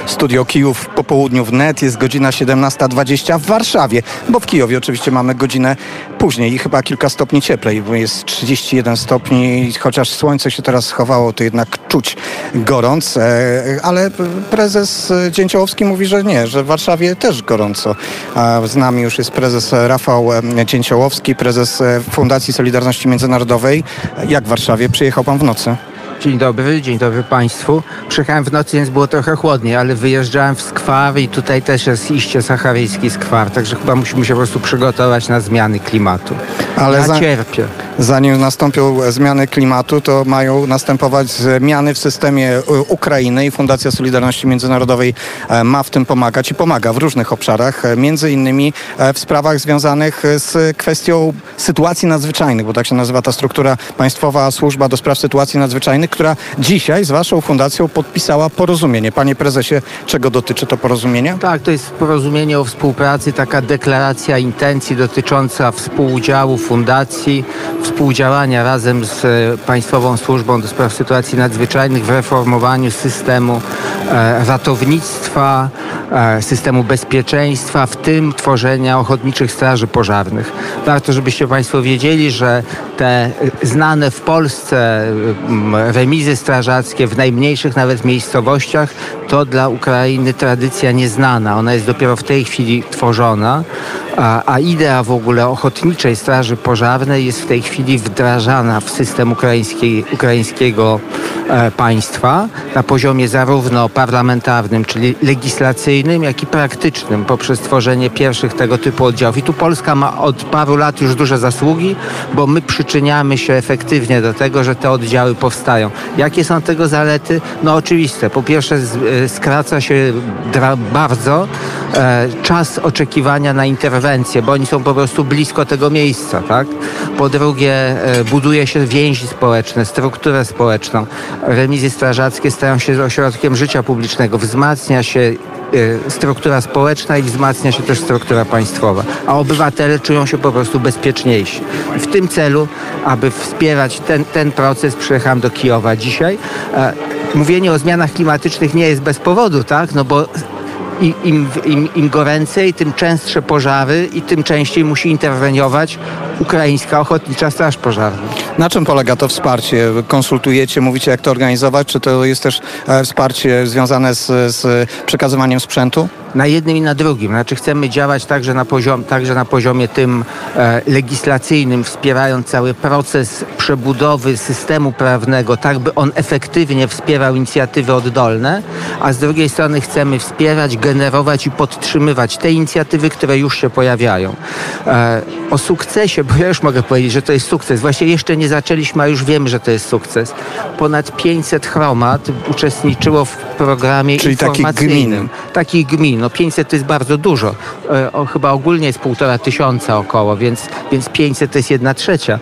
Studio Kijów po południu wnet. Jest godzina 17:20 w Warszawie, bo w Kijowie oczywiście mamy godzinę później i chyba kilka stopni cieplej, bo jest 31 stopni, chociaż słońce się teraz schowało, to jednak czuć gorąc, ale prezes Dzięciołowski mówi, że nie, że w Warszawie też gorąco. Z nami już jest prezes Rafał Dzięciołowski, prezes Fundacji Solidarności Międzynarodowej. Jak w Warszawie? Przyjechał pan w nocy? Dzień dobry Państwu. Przyjechałem w nocy, więc było trochę chłodniej, ale wyjeżdżałem w skwar i tutaj też jest iście saharyjski skwar, także chyba musimy się po prostu przygotować na zmiany klimatu. Ale ja cierpię. Zanim nastąpią zmiany klimatu, to mają następować zmiany w systemie Ukrainy i Fundacja Solidarności Międzynarodowej ma w tym pomagać i pomaga w różnych obszarach, między innymi w sprawach związanych z kwestią sytuacji nadzwyczajnych, bo tak się nazywa ta struktura Państwowa Służba do Spraw Sytuacji Nadzwyczajnych, która dzisiaj z Waszą fundacją podpisała porozumienie. Panie prezesie, czego dotyczy to porozumienie? Tak, to jest porozumienie o współpracy, taka deklaracja intencji dotycząca współudziału fundacji, współdziałania razem z Państwową Służbą do Spraw Sytuacji Nadzwyczajnych w reformowaniu systemu ratownictwa, systemu bezpieczeństwa, w tym tworzenia ochotniczych straży pożarnych. Warto, żebyście Państwo wiedzieli, że te znane w Polsce remizy strażackie w najmniejszych nawet miejscowościach to dla Ukrainy tradycja nieznana. Ona jest dopiero w tej chwili tworzona, a idea w ogóle ochotniczej straży pożarnej jest w tej chwili wdrażana w system ukraińskiego państwa na poziomie zarówno parlamentarnym, czyli legislacyjnym, jak i praktycznym poprzez tworzenie pierwszych tego typu oddziałów. I tu Polska ma od paru lat już duże zasługi, bo my przyczyniamy się efektywnie do tego, że te oddziały powstają. Jakie są tego zalety? No oczywiste. Po pierwsze skraca się bardzo czas oczekiwania na interwencję, bo oni są po prostu blisko tego miejsca, tak? Po drugie buduje się więzi społeczne, strukturę społeczną. Remizy strażackie stają się ośrodkiem życia publicznego. Wzmacnia się struktura społeczna i wzmacnia się też struktura państwowa, a obywatele czują się po prostu bezpieczniejsi. W tym celu, aby wspierać ten proces, przyjechałem do Kijowa dzisiaj. Mówienie o zmianach klimatycznych nie jest bez powodu, tak? No bo im goręcej, tym częstsze pożary i tym częściej musi interweniować Ukraińska Ochotnicza Straż Pożarna. Na czym polega to wsparcie? Konsultujecie, mówicie, jak to organizować? Czy to jest też wsparcie związane z przekazywaniem sprzętu? Na jednym i na drugim. Znaczy chcemy działać także na poziomie tym legislacyjnym, wspierając cały proces przebudowy systemu prawnego, tak by on efektywnie wspierał inicjatywy oddolne, a z drugiej strony chcemy wspierać, generować i podtrzymywać te inicjatywy, które już się pojawiają. O sukcesie, bo ja już mogę powiedzieć, że to jest sukces. Właśnie jeszcze nie zaczęliśmy, a już wiemy, że to jest sukces. Ponad 500 hromad uczestniczyło w programie czyli informacyjnym. Takich gmin. No 500 to jest bardzo dużo. Chyba ogólnie jest 1500 około, więc 500 to jest 1/3.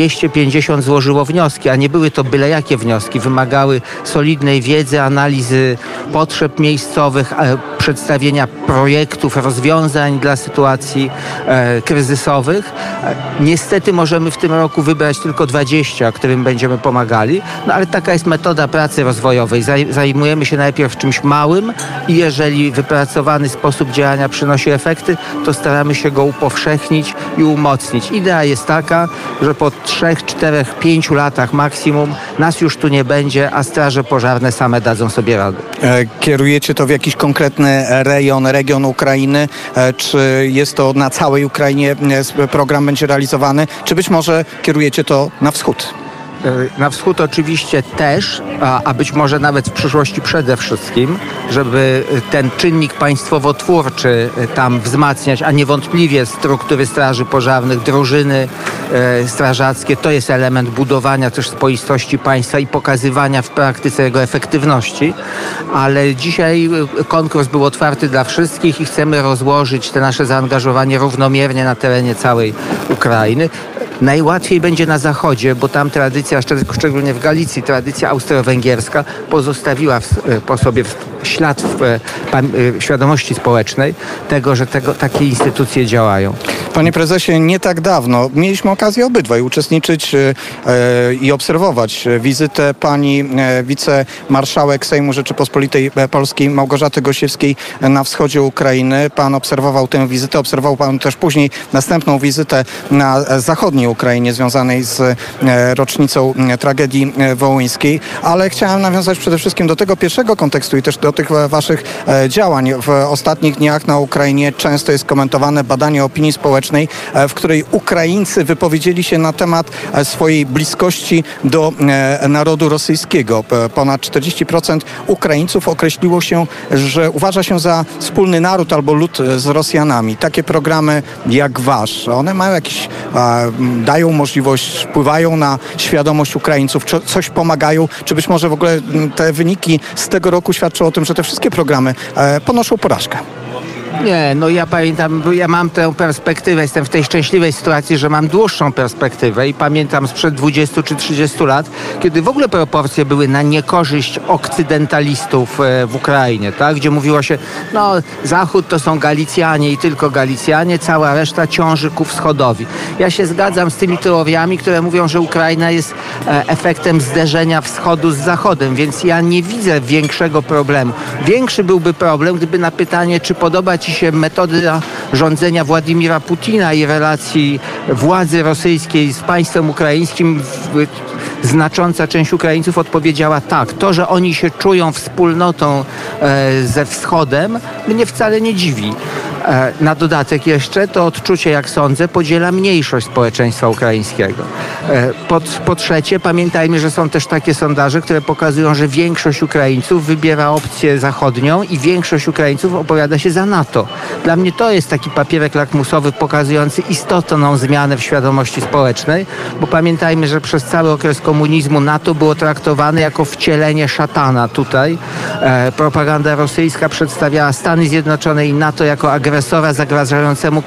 250 złożyło wnioski, a nie były to byle jakie wnioski. Wymagały solidnej wiedzy, analizy potrzeb miejscowych, przedstawienia projektów, rozwiązań dla sytuacji kryzysowych. Niestety możemy w tym roku wybrać tylko 20, którym będziemy pomagali, no ale taka jest metoda pracy rozwojowej. Zajmujemy się najpierw czymś małym i jeżeli wypracowany sposób działania przynosi efekty, to staramy się go upowszechnić i umocnić. Idea jest taka, że po 3, 4, 5 latach maksimum nas już tu nie będzie, a straże pożarne same dadzą sobie radę. Kierujecie to w jakiś konkretny region Ukrainy? Czy jest to na całej Ukrainie program będzie realizowany? Czy być może kierujecie to na wschód? Na wschód oczywiście też, a być może nawet w przyszłości przede wszystkim, żeby ten czynnik państwowo-twórczy tam wzmacniać, a niewątpliwie struktury straży pożarnych, drużyny strażackie, to jest element budowania też spoistości państwa i pokazywania w praktyce jego efektywności. Ale dzisiaj konkurs był otwarty dla wszystkich i chcemy rozłożyć te nasze zaangażowanie równomiernie na terenie całej Ukrainy. Najłatwiej będzie na zachodzie, bo tam tradycja, szczególnie w Galicji, tradycja austro-węgierska pozostawiła po sobie ślad w świadomości społecznej tego, że takie instytucje działają. Panie prezesie, nie tak dawno mieliśmy okazję obydwaj uczestniczyć i obserwować wizytę pani wicemarszałek Sejmu Rzeczypospolitej Polskiej Małgorzaty Gosiewskiej na wschodzie Ukrainy. Pan obserwował tę wizytę, obserwował pan też później następną wizytę na zachodniej Ukrainie związanej z rocznicą tragedii wołyńskiej, ale chciałem nawiązać przede wszystkim do tego pierwszego kontekstu i też do tych waszych działań. W ostatnich dniach na Ukrainie często jest komentowane badanie opinii społecznej, w której Ukraińcy wypowiedzieli się na temat swojej bliskości do narodu rosyjskiego. Ponad 40% Ukraińców określiło się, że uważa się za wspólny naród albo lud z Rosjanami. Takie programy jak wasz, one mają jakiś, dają możliwość, wpływają na świadomość Ukraińców, coś pomagają, czy być może w ogóle te wyniki z tego roku świadczą o tym, że te wszystkie programy ponoszą porażkę? Nie, no ja pamiętam, ja mam tę perspektywę, jestem w tej szczęśliwej sytuacji, że mam dłuższą perspektywę i pamiętam sprzed 20 czy 30 lat, kiedy w ogóle proporcje były na niekorzyść okcydentalistów w Ukrainie, tak? Gdzie mówiło się, no Zachód to są Galicjanie i tylko Galicjanie, cała reszta ciąży ku wschodowi. Ja się zgadzam z tymi teoriami, które mówią, że Ukraina jest efektem zderzenia wschodu z Zachodem, więc ja nie widzę większego problemu. Większy byłby problem, gdyby na pytanie, czy podoba ci się metoda rządzenia Władimira Putina i relacji władzy rosyjskiej z państwem ukraińskim, znacząca część Ukraińców odpowiedziała tak. To, że oni się czują wspólnotą ze Wschodem, mnie wcale nie dziwi. Na dodatek jeszcze to odczucie, jak sądzę, podziela mniejszość społeczeństwa ukraińskiego. Po trzecie, pamiętajmy, że są też takie sondaże, które pokazują, że większość Ukraińców wybiera opcję zachodnią i większość Ukraińców opowiada się za NATO. Dla mnie to jest taki papierek lakmusowy pokazujący istotną zmianę w świadomości społecznej, bo pamiętajmy, że przez cały okres komunizmu NATO było traktowane jako wcielenie szatana. Tutaj propaganda rosyjska przedstawiała Stany Zjednoczone i NATO jako agresora zagrażającemu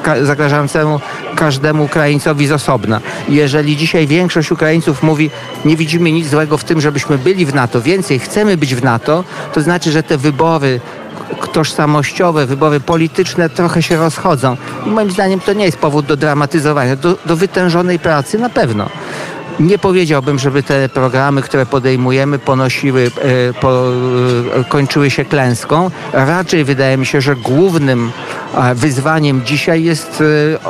każdemu Ukraińcowi z osobna. Jeżeli dzisiaj większość Ukraińców mówi, nie widzimy nic złego w tym, żebyśmy byli w NATO, więcej chcemy być w NATO, to znaczy, że te wybory tożsamościowe, wybory polityczne trochę się rozchodzą. I moim zdaniem to nie jest powód do dramatyzowania, do wytężonej pracy na pewno. Nie powiedziałbym, żeby te programy, które podejmujemy, kończyły się klęską. Raczej wydaje mi się, że głównym wyzwaniem dzisiaj jest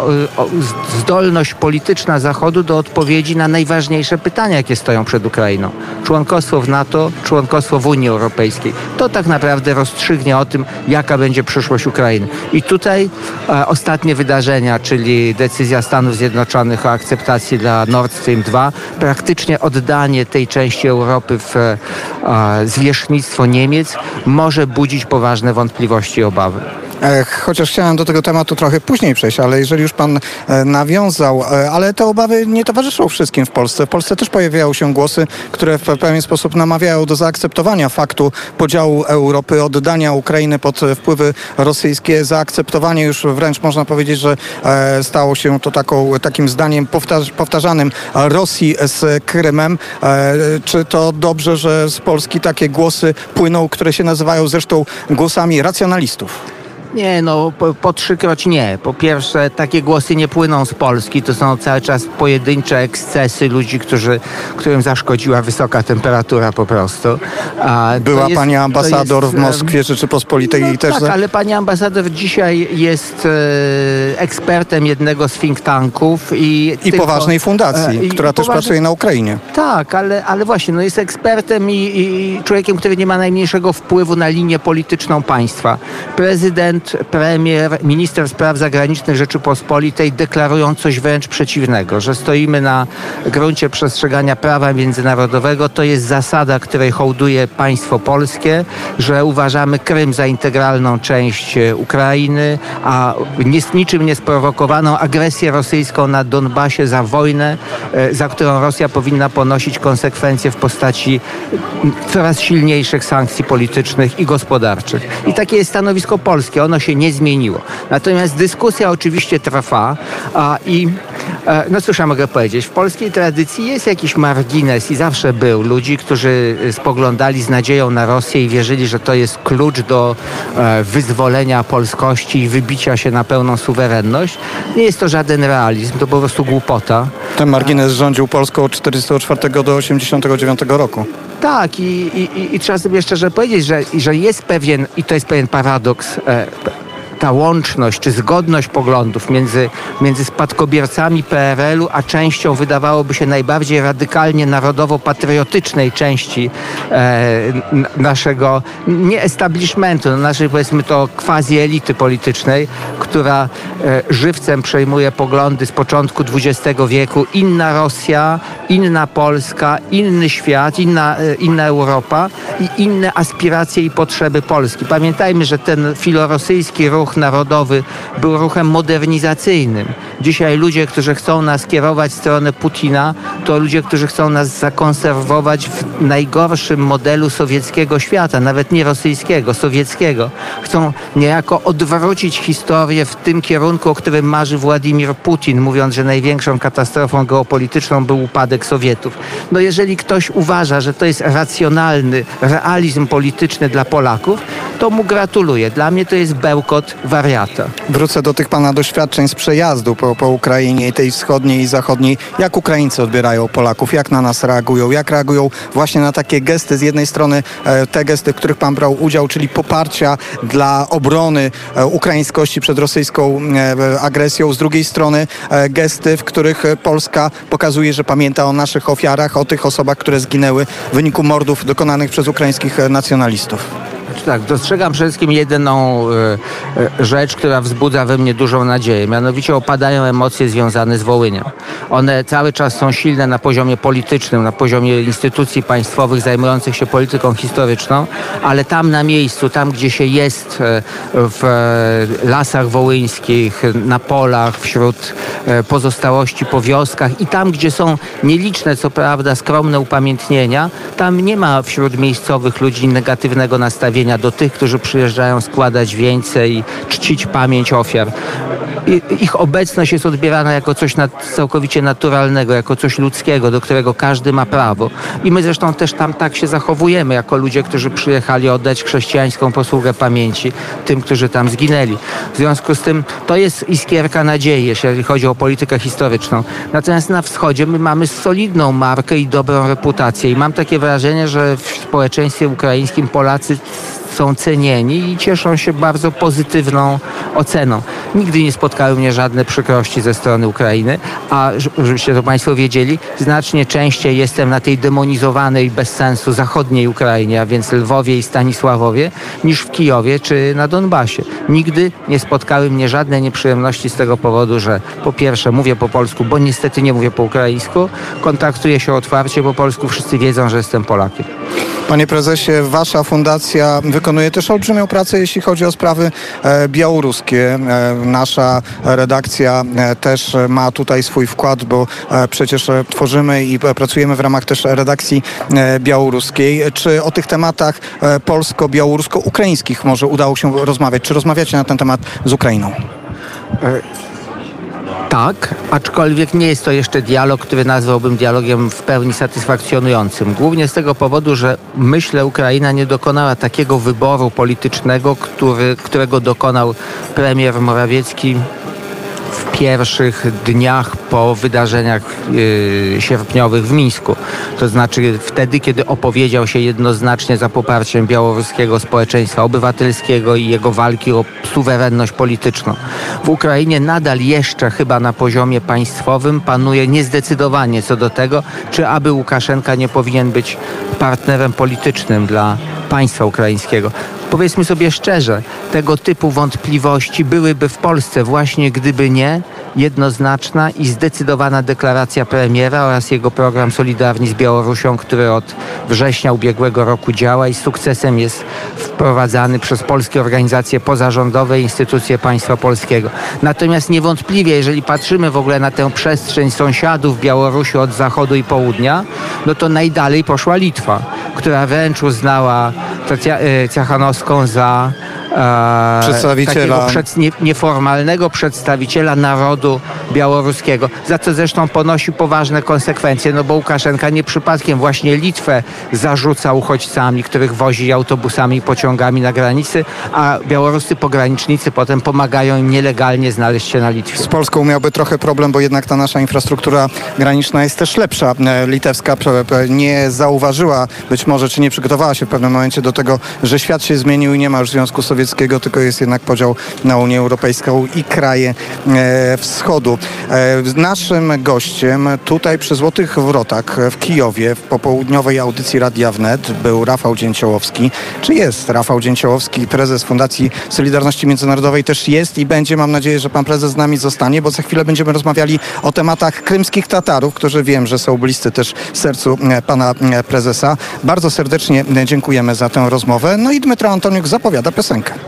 zdolność polityczna Zachodu do odpowiedzi na najważniejsze pytania, jakie stoją przed Ukrainą. Członkostwo w NATO, członkostwo w Unii Europejskiej. To tak naprawdę rozstrzygnie o tym, jaka będzie przyszłość Ukrainy. I tutaj ostatnie wydarzenia, czyli decyzja Stanów Zjednoczonych o akceptacji dla Nord Stream 2, praktycznie oddanie tej części Europy w zwierzchnictwo Niemiec może budzić poważne wątpliwości i obawy. Chociaż chciałem do tego tematu trochę później przejść, ale jeżeli już pan nawiązał, ale te obawy nie towarzyszą wszystkim w Polsce. W Polsce też pojawiają się głosy, które w pewien sposób namawiają do zaakceptowania faktu podziału Europy, oddania Ukrainy pod wpływy rosyjskie, zaakceptowanie już wręcz można powiedzieć, że stało się to takim zdaniem powtarzanym Rosji z Krymem. Czy to dobrze, że z Polski takie głosy płyną, które się nazywają zresztą głosami racjonalistów? Nie, no po trzykroć nie. Po pierwsze, takie głosy nie płyną z Polski. To są cały czas pojedyncze ekscesy ludzi, którym zaszkodziła wysoka temperatura po prostu. Była pani ambasador w Moskwie Rzeczypospolitej i też... Tak, ale pani ambasador dzisiaj jest ekspertem jednego z think tanków i poważnej fundacji, która też pracuje na Ukrainie. Tak, ale właśnie, no jest ekspertem i człowiekiem, który nie ma najmniejszego wpływu na linię polityczną państwa. Prezydent, premier, minister spraw zagranicznych Rzeczypospolitej deklarują coś wręcz przeciwnego, że stoimy na gruncie przestrzegania prawa międzynarodowego. To jest zasada, której hołduje państwo polskie, że uważamy Krym za integralną część Ukrainy, a niczym niesprowokowaną agresję rosyjską na Donbasie za wojnę, za którą Rosja powinna ponosić konsekwencje w postaci coraz silniejszych sankcji politycznych i gospodarczych. I takie jest stanowisko polskie. Ono ono się nie zmieniło. Natomiast dyskusja oczywiście trwa no cóż ja mogę powiedzieć, w polskiej tradycji jest jakiś margines i zawsze był ludzi, którzy spoglądali z nadzieją na Rosję i wierzyli, że to jest klucz do wyzwolenia polskości i wybicia się na pełną suwerenność. Nie jest to żaden realizm, to po prostu głupota. Ten margines rządził Polską od 1944 do 1989 roku. Tak, i trzeba sobie szczerze powiedzieć, że jest pewien, i to jest pewien paradoks, ta łączność czy zgodność poglądów między spadkobiercami PRL-u, a częścią wydawałoby się najbardziej radykalnie narodowo-patriotycznej części naszego, nie establishmentu, no naszej powiedzmy to quasi-elity politycznej, która żywcem przejmuje poglądy z początku XX wieku. Inna Rosja, inna Polska, inny świat, inna Europa i inne aspiracje i potrzeby Polski. Pamiętajmy, że ten filorosyjski ruch narodowy był ruchem modernizacyjnym. Dzisiaj ludzie, którzy chcą nas kierować w stronę Putina, to ludzie, którzy chcą nas zakonserwować w najgorszym modelu sowieckiego świata, nawet nie rosyjskiego, sowieckiego. Chcą niejako odwrócić historię w tym kierunku, o którym marzy Władimir Putin, mówiąc, że największą katastrofą geopolityczną był upadek Sowietów. No jeżeli ktoś uważa, że to jest racjonalny realizm polityczny dla Polaków, to mu gratuluję. Dla mnie to jest bełkot wariata. Wrócę do tych pana doświadczeń z przejazdu po Ukrainie, tej wschodniej i zachodniej. Jak Ukraińcy odbierają Polaków? Jak na nas reagują? Jak reagują właśnie na takie gesty? Z jednej strony te gesty, w których pan brał udział, czyli poparcia dla obrony ukraińskości przed rosyjską agresją. Z drugiej strony gesty, w których Polska pokazuje, że pamięta o naszych ofiarach, o tych osobach, które zginęły w wyniku mordów dokonanych przez ukraińskich nacjonalistów. Tak, dostrzegam przede wszystkim jedyną rzecz, która wzbudza we mnie dużą nadzieję. Mianowicie opadają emocje związane z Wołynią. One cały czas są silne na poziomie politycznym, na poziomie instytucji państwowych zajmujących się polityką historyczną, ale tam na miejscu, tam gdzie się jest w lasach wołyńskich, na polach, wśród pozostałości po wioskach i tam, gdzie są nieliczne, co prawda, skromne upamiętnienia, tam nie ma wśród miejscowych ludzi negatywnego nastawienia do tych, którzy przyjeżdżają składać wieńce i czcić pamięć ofiar. Ich obecność jest odbierana jako coś całkowicie naturalnego, jako coś ludzkiego, do którego każdy ma prawo. I my zresztą też tam tak się zachowujemy, jako ludzie, którzy przyjechali oddać chrześcijańską posługę pamięci tym, którzy tam zginęli. W związku z tym to jest iskierka nadziei, jeżeli chodzi o politykę historyczną. Natomiast na wschodzie my mamy solidną markę i dobrą reputację. I mam takie wrażenie, że w społeczeństwie ukraińskim Polacy są cenieni i cieszą się bardzo pozytywną oceną. Nigdy nie spotkały mnie żadne przykrości ze strony Ukrainy, a żebyście to państwo wiedzieli, znacznie częściej jestem na tej demonizowanej bez sensu zachodniej Ukrainie, a więc Lwowie i Stanisławowie, niż w Kijowie czy na Donbasie. Nigdy nie spotkały mnie żadne nieprzyjemności z tego powodu, że po pierwsze mówię po polsku, bo niestety nie mówię po ukraińsku, kontaktuję się otwarcie po polsku, wszyscy wiedzą, że jestem Polakiem. Panie prezesie, wasza fundacja wykonuje też olbrzymią pracę, jeśli chodzi o sprawy białoruskie. Nasza redakcja też ma tutaj swój wkład, bo przecież tworzymy i pracujemy w ramach też redakcji białoruskiej. Czy o tych tematach polsko-białorusko-ukraińskich może udało się rozmawiać? Czy rozmawiacie na ten temat z Ukrainą? Tak, aczkolwiek nie jest to jeszcze dialog, który nazwałbym dialogiem w pełni satysfakcjonującym. Głównie z tego powodu, że myślę, Ukraina nie dokonała takiego wyboru politycznego, którego dokonał premier Morawiecki w pierwszych dniach po wydarzeniach sierpniowych w Mińsku. To znaczy wtedy, kiedy opowiedział się jednoznacznie za poparciem białoruskiego społeczeństwa obywatelskiego i jego walki o suwerenność polityczną. W Ukrainie nadal jeszcze chyba na poziomie państwowym panuje niezdecydowanie co do tego, czy aby Łukaszenka nie powinien być partnerem politycznym dla państwa ukraińskiego. Powiedzmy sobie szczerze, tego typu wątpliwości byłyby w Polsce właśnie gdyby nie jednoznaczna i zdecydowana deklaracja premiera oraz jego program Solidarni z Białorusią, który od września ubiegłego roku działa i z sukcesem jest wprowadzany przez polskie organizacje pozarządowe i instytucje państwa polskiego. Natomiast niewątpliwie, jeżeli patrzymy w ogóle na tę przestrzeń sąsiadów Białorusi od zachodu i południa, no to najdalej poszła Litwa, która wręcz uznała Cichanouskąą za przedstawiciela nieformalnego przedstawiciela narodu białoruskiego, za co zresztą ponosi poważne konsekwencje, no bo Łukaszenka nie przypadkiem właśnie Litwę zarzuca uchodźcami, których wozi autobusami i pociągami na granicy, a białoruscy pogranicznicy potem pomagają im nielegalnie znaleźć się na Litwie. Z Polską miałby trochę problem, bo jednak ta nasza infrastruktura graniczna jest też lepsza. Litewska nie zauważyła być może, czy nie przygotowała się w pewnym momencie do tego, że świat się zmienił i nie ma już Związku Sowieckiego, tylko jest jednak podział na Unię Europejską i kraje wschodu. Naszym gościem tutaj przy Złotych Wrotach w Kijowie w popołudniowej audycji Radia Wnet był Rafał Dzięciołowski. Czy jest Rafał Dzięciołowski, prezes Fundacji Solidarności Międzynarodowej? Też jest i będzie. Mam nadzieję, że pan prezes z nami zostanie, bo za chwilę będziemy rozmawiali o tematach krymskich Tatarów, którzy wiem, że są bliscy też sercu pana prezesa. Bardzo serdecznie dziękujemy za tę rozmowę. No i Dmytro Antoniuk zapowiada piosenkę.